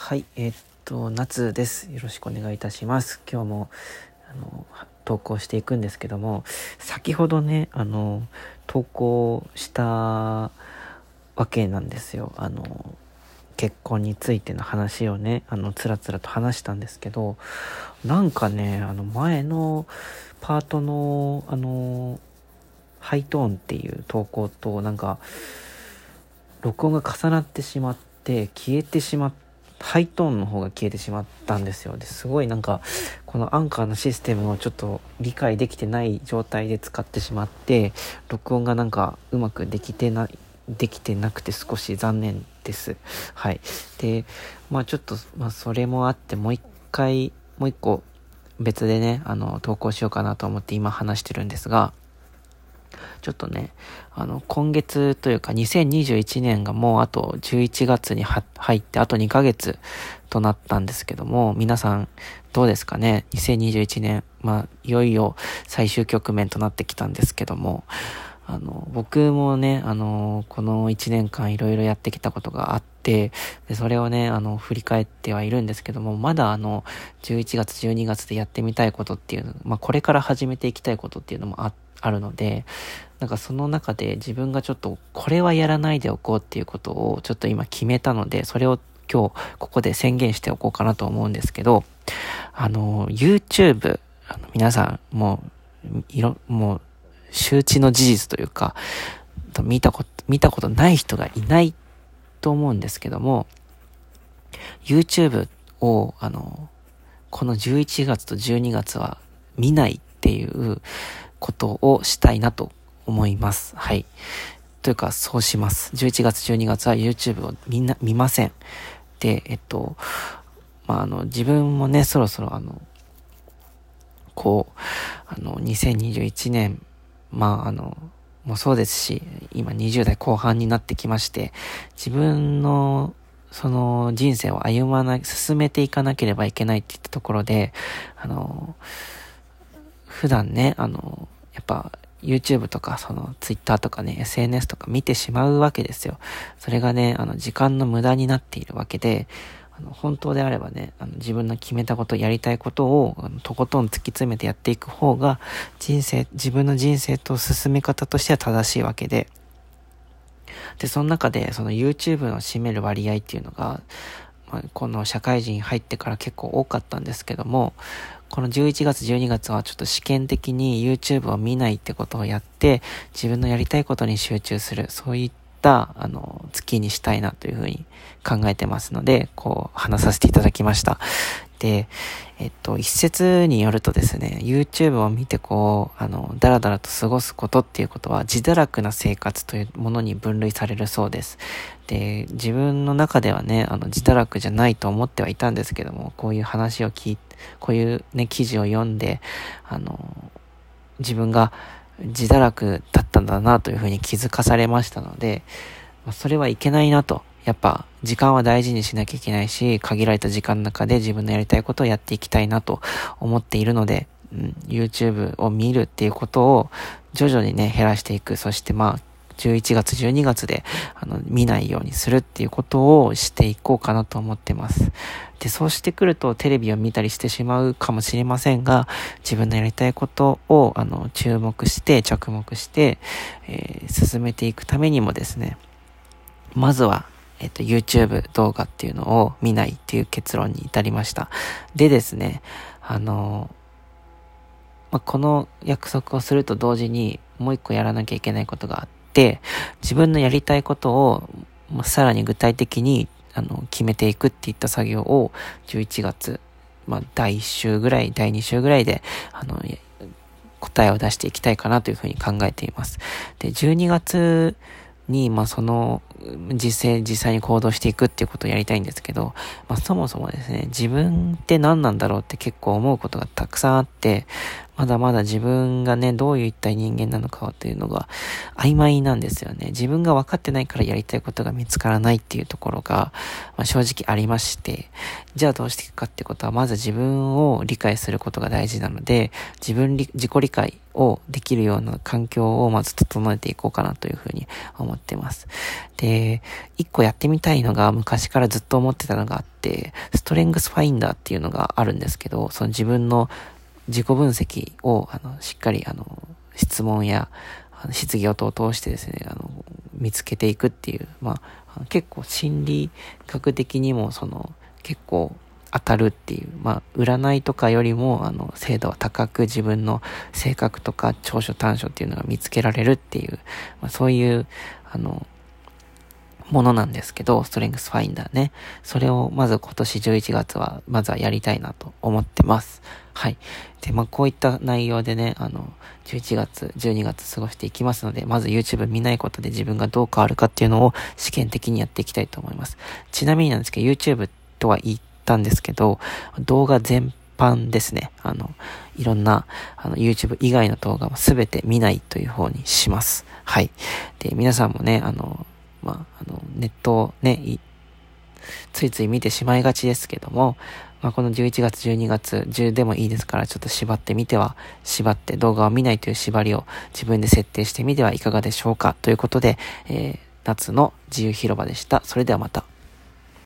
はい、夏です。よろしくお願いいたします。今日も投稿していくんですけども、先ほどね投稿したわけなんですよ。結婚についての話をねつらつらと話したんですけど、なんかね前のパートのハイトーンっていう投稿となんか録音が重なってしまって消えてしまって、ハイトーンの方が消えてしまったんですよ。ですごいなんかこのアンカーのシステムをちょっと理解できてない状態で使ってしまって、録音がなんかうまくできてなくて少し残念です。はい。でちょっとそれもあってもう一個別でね投稿しようかなと思って今話してるんですが、ちょっとね、今月というか2021年がもうあと11月に入ってあと2ヶ月となったんですけども、皆さんどうですかね。2021年、いよいよ最終局面となってきたんですけども、僕もね、この1年間いろいろやってきたことがあって、でそれをね、振り返ってはいるんですけども、まだ11月、12月でやってみたいことっていうの、これから始めていきたいことっていうのもあるので、なんかその中で自分がちょっとこれはやらないでおこうっていうことをちょっと今決めたので、それを今日ここで宣言しておこうかなと思うんですけど、YouTube、皆さんもう周知の事実というか、見たことない人がいないと思うんですけども、YouTube をこの11月と12月は見ないっていうことをしたいなと思います。はい。というかそうします。11月12月は YouTube をみんな見ません。で、自分もねそろそろ2021年もうそうですし、今20代後半になってきまして、自分のその人生を進めていかなければいけないっていったところで、普段ね、やっぱ YouTube とかTwitter とかね、SNS とか見てしまうわけですよ。それがね、時間の無駄になっているわけで、本当であればね、自分の決めたこと、やりたいことをとことん突き詰めてやっていく方が自分の人生と進め方としては正しいわけで、その中でYouTube の占める割合っていうのが、この社会人入ってから結構多かったんですけども、この11月12月はちょっと試験的に YouTube を見ないってことをやって、自分のやりたいことに集中する、そういった月にしたいなというふうに考えてますので、話させていただきました。で、一説によるとですね、YouTube を見てだらだらと過ごすことっていうことは自堕落な生活というものに分類されるそうです。で、自分の中ではね、自堕落じゃないと思ってはいたんですけども、こういう話をこういうね、記事を読んで、自分が自堕落だったんだなというふうに気づかされましたので、それはいけないなと。やっぱ時間は大事にしなきゃいけないし、限られた時間の中で自分のやりたいことをやっていきたいなと思っているので、YouTube を見るっていうことを徐々にね減らしていく。そして11月12月で見ないようにするっていうことをしていこうかなと思ってます。で、そうしてくるとテレビを見たりしてしまうかもしれませんが、自分のやりたいことを着目して、進めていくためにもですね、まずはYouTube 動画っていうのを見ないっていう結論に至りました。でですね、この約束をすると同時にもう一個やらなきゃいけないことがあって、自分のやりたいことをさらに具体的に決めていくっていった作業を11月、第1週ぐらい、第2週ぐらいで答えを出していきたいかなというふうに考えています。で、12月に実際に行動していくっていうことをやりたいんですけど、そもそもですね、自分って何なんだろうって結構思うことがたくさんあって、まだまだ自分がね、どういった人間なのかっていうのが曖昧なんですよね。自分が分かってないからやりたいことが見つからないっていうところが、正直ありまして、じゃあどうしていくかってことは、まず自分を理解することが大事なので、自己理解をできるような環境をまず整えていこうかなというふうに思っています。で、 で、一個やってみたいのが昔からずっと思ってたのがあって、ストレングスファインダーっていうのがあるんですけど、その自分の自己分析を、しっかり、質問や、質疑応答を通してですね、見つけていくっていう、結構心理学的にも、結構当たるっていう、占いとかよりも、精度は高く自分の性格とか長所短所っていうのが見つけられるっていう、そういう、ものなんですけど、ストレングスファインダーね。それをまず今年11月は、まずはやりたいなと思ってます。はい。で、こういった内容でね、11月、12月過ごしていきますので、まず YouTube 見ないことで自分がどう変わるかっていうのを試験的にやっていきたいと思います。ちなみになんですけど、YouTube とは言ったんですけど、動画全般ですね。いろんな、YouTube 以外の動画もすべて見ないという方にします。はい。で、皆さんもね、ネットをね、ついつい見てしまいがちですけども、この11月、12月、10でもいいですから、ちょっと縛って動画を見ないという縛りを自分で設定してみてはいかがでしょうか。ということで、夏の自由広場でした。それではまた。